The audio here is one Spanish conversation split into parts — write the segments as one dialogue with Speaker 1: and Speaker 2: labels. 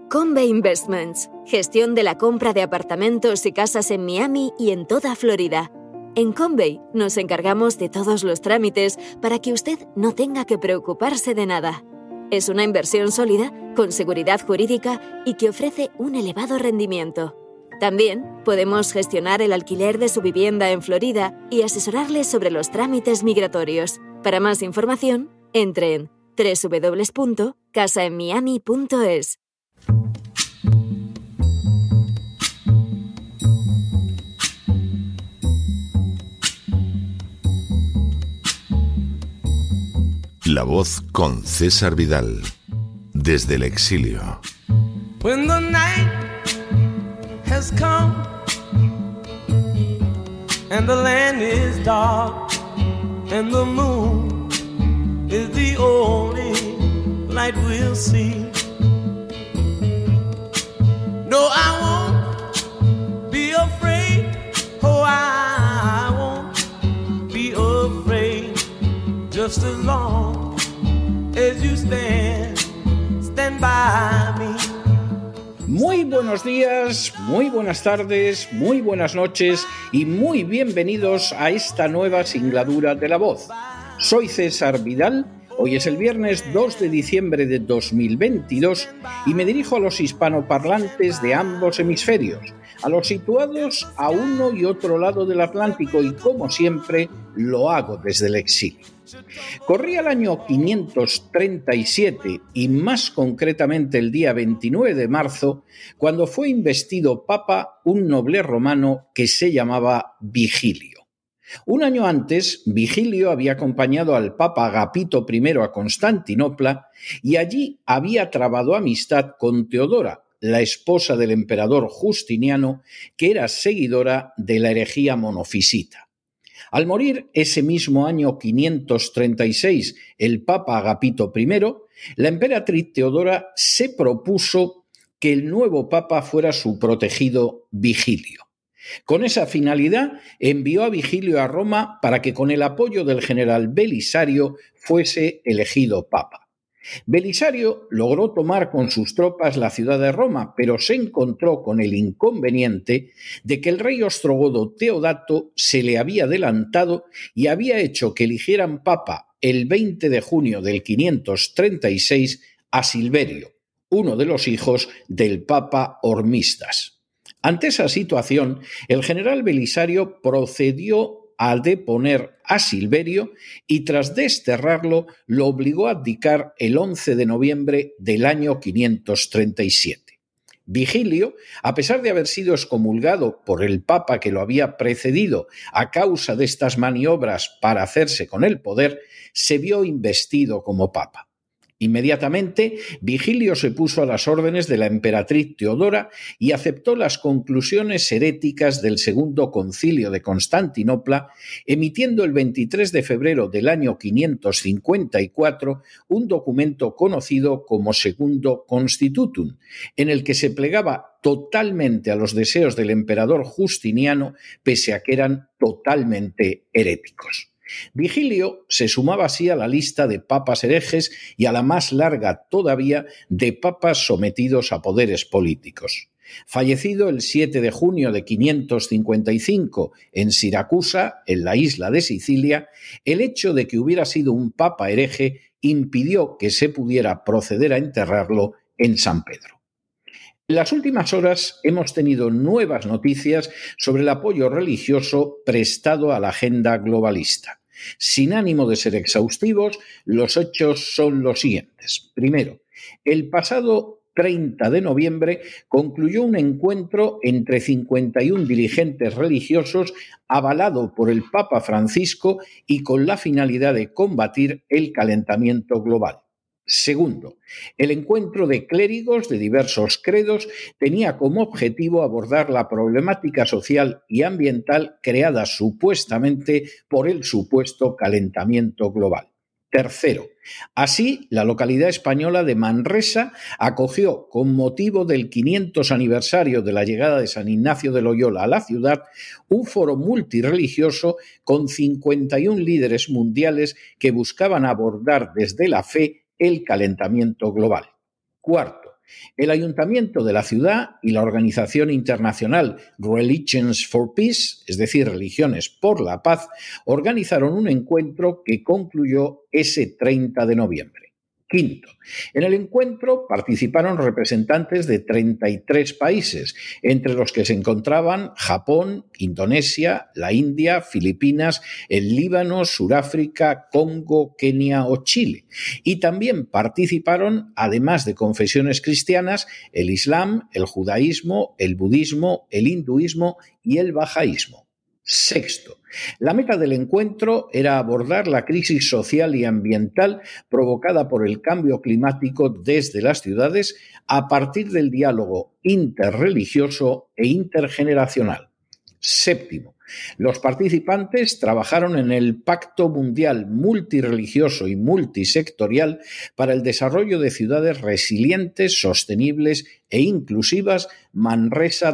Speaker 1: Conve Investments, gestión de la compra de apartamentos y casas en Miami y en toda Florida. En Convey nos encargamos de todos los trámites para que usted no tenga que preocuparse de nada. Es una inversión sólida, con seguridad jurídica y que ofrece un elevado rendimiento. También podemos gestionar el alquiler de su vivienda en Florida y asesorarle sobre los trámites migratorios. Para más información, entre en www.casaenmiami.es.
Speaker 2: La Voz con César Vidal, desde el exilio.
Speaker 3: When the night has come and the land is dark and the moon is the only light we'll see. No, I won't be afraid. Oh, I won't be afraid. Just as long as you stand by me.
Speaker 4: Muy buenos días, muy buenas tardes, muy buenas noches y muy bienvenidos a esta nueva singladura de La Voz. Soy César Vidal, hoy es el viernes 2 de diciembre de 2022 y me dirijo a los hispanoparlantes de ambos hemisferios, a los situados a uno y otro lado del Atlántico y, como siempre, lo hago desde el exilio. Corría el año 537 y más concretamente el día 29 de marzo, cuando fue investido papa un noble romano que se llamaba Vigilio. Un año antes, Vigilio había acompañado al papa Agapito I a Constantinopla y allí había trabado amistad con Teodora, la esposa del emperador Justiniano, que era seguidora de la herejía monofisita. Al morir ese mismo año 536 el papa Agapito I, la emperatriz Teodora se propuso que el nuevo papa fuera su protegido Vigilio. Con esa finalidad envió a Vigilio a Roma para que con el apoyo del general Belisario fuese elegido papa. Belisario logró tomar con sus tropas la ciudad de Roma, pero se encontró con el inconveniente de que el rey ostrogodo Teodato se le había adelantado y había hecho que eligieran papa el 20 de junio del 536 a Silverio, uno de los hijos del papa Hormisdas. Ante esa situación, el general Belisario procedió a deponer a Silverio y tras desterrarlo lo obligó a abdicar el 11 de noviembre del año 537. Vigilio, a pesar de haber sido excomulgado por el papa que lo había precedido a causa de estas maniobras para hacerse con el poder, se vio investido como papa. Inmediatamente, Vigilio se puso a las órdenes de la emperatriz Teodora y aceptó las conclusiones heréticas del Segundo Concilio de Constantinopla, emitiendo el 23 de febrero del año 554 un documento conocido como Segundo Constitutum, en el que se plegaba totalmente a los deseos del emperador Justiniano, pese a que eran totalmente heréticos. Vigilio se sumaba así a la lista de papas herejes y a la más larga todavía de papas sometidos a poderes políticos. Fallecido el 7 de junio de 555 en Siracusa, en la isla de Sicilia, el hecho de que hubiera sido un papa hereje impidió que se pudiera proceder a enterrarlo en San Pedro. En las últimas horas hemos tenido nuevas noticias sobre el apoyo religioso prestado a la agenda globalista. Sin ánimo de ser exhaustivos, los hechos son los siguientes. Primero, el pasado 30 de noviembre concluyó un encuentro entre 51 dirigentes religiosos avalado por el Papa Francisco y con la finalidad de combatir el calentamiento global. Segundo, el encuentro de clérigos de diversos credos tenía como objetivo abordar la problemática social y ambiental creada supuestamente por el supuesto calentamiento global. Tercero, así, la localidad española de Manresa acogió, con motivo del 500 aniversario de la llegada de San Ignacio de Loyola a la ciudad, un foro multirreligioso con 51 líderes mundiales que buscaban abordar desde la fe el calentamiento global. Cuarto, El Ayuntamiento de la ciudad y la organización internacional Religions for Peace, es decir, Religiones por la Paz, organizaron un encuentro que concluyó ese 30 de noviembre. Quinto, en el encuentro participaron representantes de 33 países, entre los que se encontraban Japón, Indonesia, la India, Filipinas, el Líbano, Sudáfrica, Congo, Kenia o Chile. Y también participaron, además de confesiones cristianas, el Islam, el judaísmo, el budismo, el hinduismo y el bahaísmo. Sexto, la meta del encuentro era abordar la crisis social y ambiental provocada por el cambio climático desde las ciudades a partir del diálogo interreligioso e intergeneracional. Séptimo, los participantes trabajaron en el Pacto Mundial Multirreligioso y Multisectorial para el desarrollo de ciudades resilientes, sostenibles e inclusivas Manresa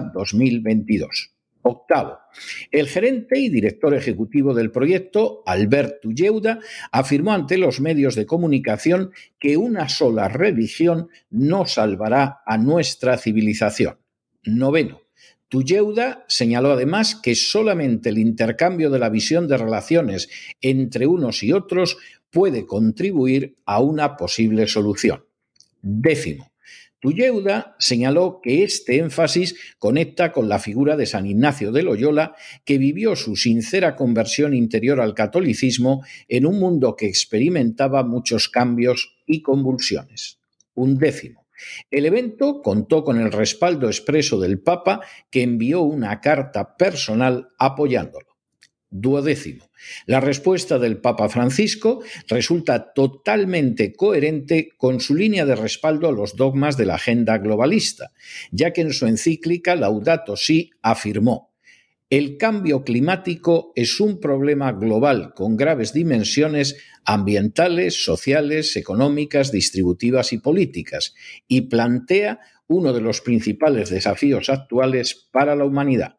Speaker 4: 2022. Octavo, el gerente y director ejecutivo del proyecto, Albert Tulleuda, afirmó ante los medios de comunicación que una sola religión no salvará a nuestra civilización. Noveno, Tulleuda señaló además que solamente el intercambio de la visión de relaciones entre unos y otros puede contribuir a una posible solución. Décimo, Tulleuda señaló que este énfasis conecta con la figura de San Ignacio de Loyola, que vivió su sincera conversión interior al catolicismo en un mundo que experimentaba muchos cambios y convulsiones. Undécimo, el evento contó con el respaldo expreso del Papa, que envió una carta personal apoyándolo. Duodécimo, la respuesta del Papa Francisco resulta totalmente coherente con su línea de respaldo a los dogmas de la agenda globalista, ya que en su encíclica Laudato Si afirmó: el cambio climático es un problema global con graves dimensiones ambientales, sociales, económicas, distributivas y políticas, y plantea uno de los principales desafíos actuales para la humanidad.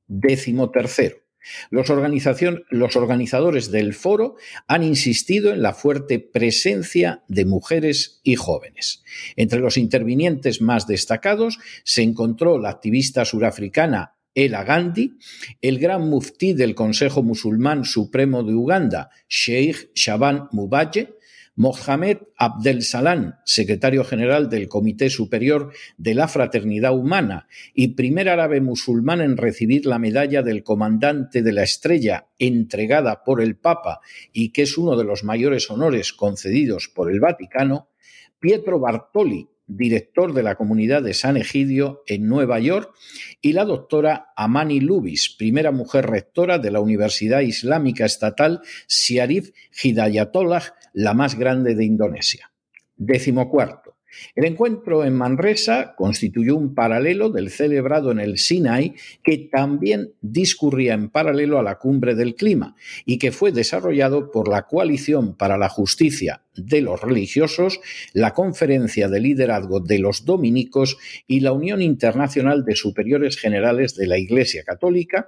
Speaker 4: 13. Los organizadores del foro han insistido en la fuerte presencia de mujeres y jóvenes. Entre los intervinientes más destacados se encontró la activista surafricana Ella Gandhi, el gran muftí del Consejo Musulmán Supremo de Uganda, Sheikh Shaban Mubaje, Mohamed Abdel Salam, secretario general del Comité Superior de la Fraternidad Humana y primer árabe musulmán en recibir la medalla del Comandante de la Estrella entregada por el Papa y que es uno de los mayores honores concedidos por el Vaticano, Pietro Bartoli, director de la comunidad de San Egidio en Nueva York, y la doctora Amani Lubis, primera mujer rectora de la Universidad Islámica Estatal Syarif Hidayatollah, la más grande de Indonesia. 14. El encuentro en Manresa constituyó un paralelo del celebrado en el Sinaí, que también discurría en paralelo a la Cumbre del Clima y que fue desarrollado por la Coalición para la Justicia de los Religiosos, la Conferencia de Liderazgo de los Dominicos y la Unión Internacional de Superiores Generales de la Iglesia Católica,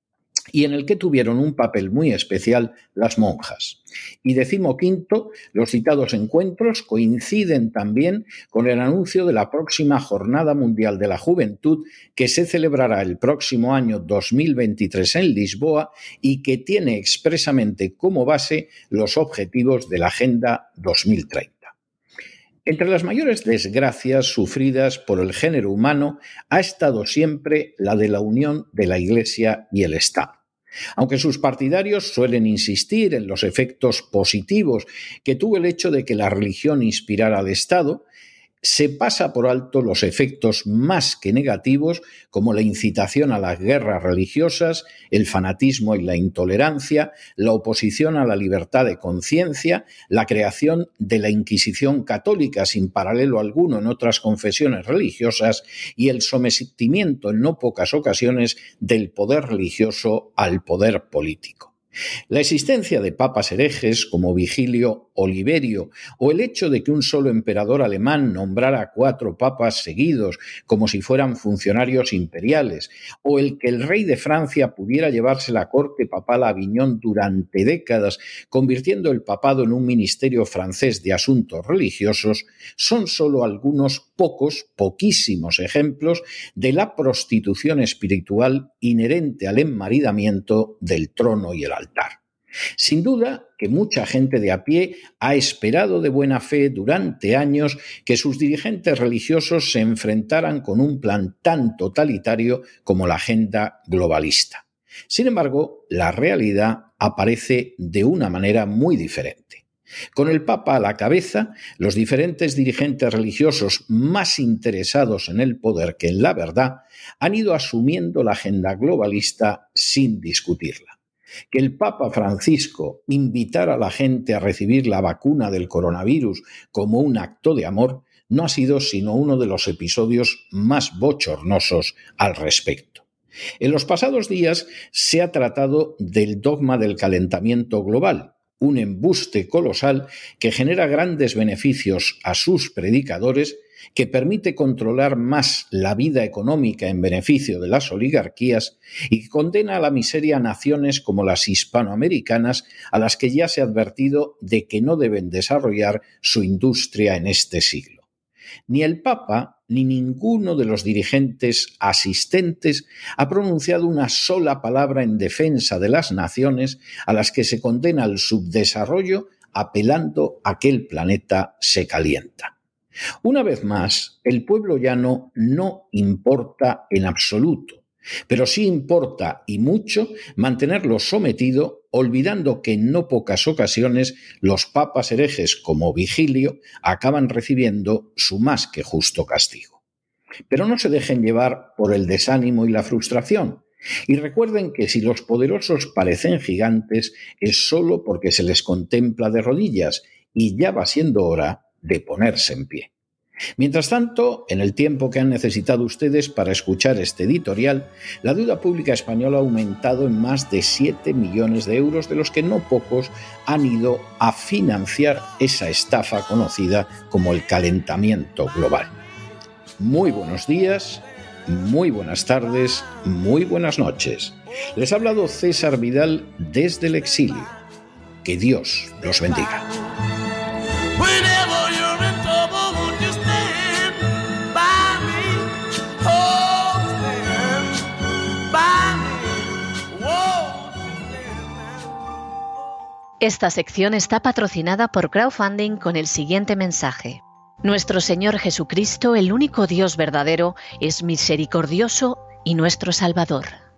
Speaker 4: y en el que tuvieron un papel muy especial las monjas. Y 15, los citados encuentros coinciden también con el anuncio de la próxima Jornada Mundial de la Juventud, que se celebrará el próximo año 2023 en Lisboa y que tiene expresamente como base los objetivos de la Agenda 2030. Entre las mayores desgracias sufridas por el género humano ha estado siempre la de la unión de la Iglesia y el Estado. Aunque sus partidarios suelen insistir en los efectos positivos que tuvo el hecho de que la religión inspirara al Estado, se pasa por alto los efectos más que negativos, como la incitación a las guerras religiosas, el fanatismo y la intolerancia, la oposición a la libertad de conciencia, la creación de la Inquisición católica sin paralelo alguno en otras confesiones religiosas y el sometimiento en no pocas ocasiones del poder religioso al poder político. La existencia de papas herejes como Vigilio Oliverio, o el hecho de que un solo emperador alemán nombrara 4 papas seguidos como si fueran funcionarios imperiales, o el que el rey de Francia pudiera llevarse la corte papal a Aviñón durante décadas, convirtiendo el papado en un ministerio francés de asuntos religiosos, son solo algunos poquísimos ejemplos de la prostitución espiritual inherente al enmaridamiento del trono y el altar. Sin duda que mucha gente de a pie ha esperado de buena fe durante años que sus dirigentes religiosos se enfrentaran con un plan tan totalitario como la agenda globalista. Sin embargo, la realidad aparece de una manera muy diferente. Con el Papa a la cabeza, los diferentes dirigentes religiosos más interesados en el poder que en la verdad han ido asumiendo la agenda globalista sin discutirla. Que el Papa Francisco invitara a la gente a recibir la vacuna del coronavirus como un acto de amor no ha sido sino uno de los episodios más bochornosos al respecto. En los pasados días se ha tratado del dogma del calentamiento global, un embuste colosal que genera grandes beneficios a sus predicadores, que permite controlar más la vida económica en beneficio de las oligarquías y que condena a la miseria a naciones como las hispanoamericanas, a las que ya se ha advertido de que no deben desarrollar su industria en este siglo. Ni el Papa ni ninguno de los dirigentes asistentes ha pronunciado una sola palabra en defensa de las naciones a las que se condena el subdesarrollo, apelando a que el planeta se calienta. Una vez más, el pueblo llano no importa en absoluto, pero sí importa y mucho mantenerlo sometido, olvidando que en no pocas ocasiones los papas herejes como Vigilio acaban recibiendo su más que justo castigo. Pero no se dejen llevar por el desánimo y la frustración, y recuerden que si los poderosos parecen gigantes es solo porque se les contempla de rodillas y ya va siendo hora de ponerse en pie. Mientras tanto, en el tiempo que han necesitado ustedes para escuchar este editorial, la deuda pública española ha aumentado en más de 7 millones de euros, de los que no pocos han ido a financiar esa estafa conocida como el calentamiento global. Muy buenos días, muy buenas tardes, muy buenas noches. Les ha hablado César Vidal desde el exilio. Que Dios los bendiga.
Speaker 5: Esta sección está patrocinada por crowdfunding con el siguiente mensaje. Nuestro Señor Jesucristo, el único Dios verdadero, es misericordioso y nuestro Salvador.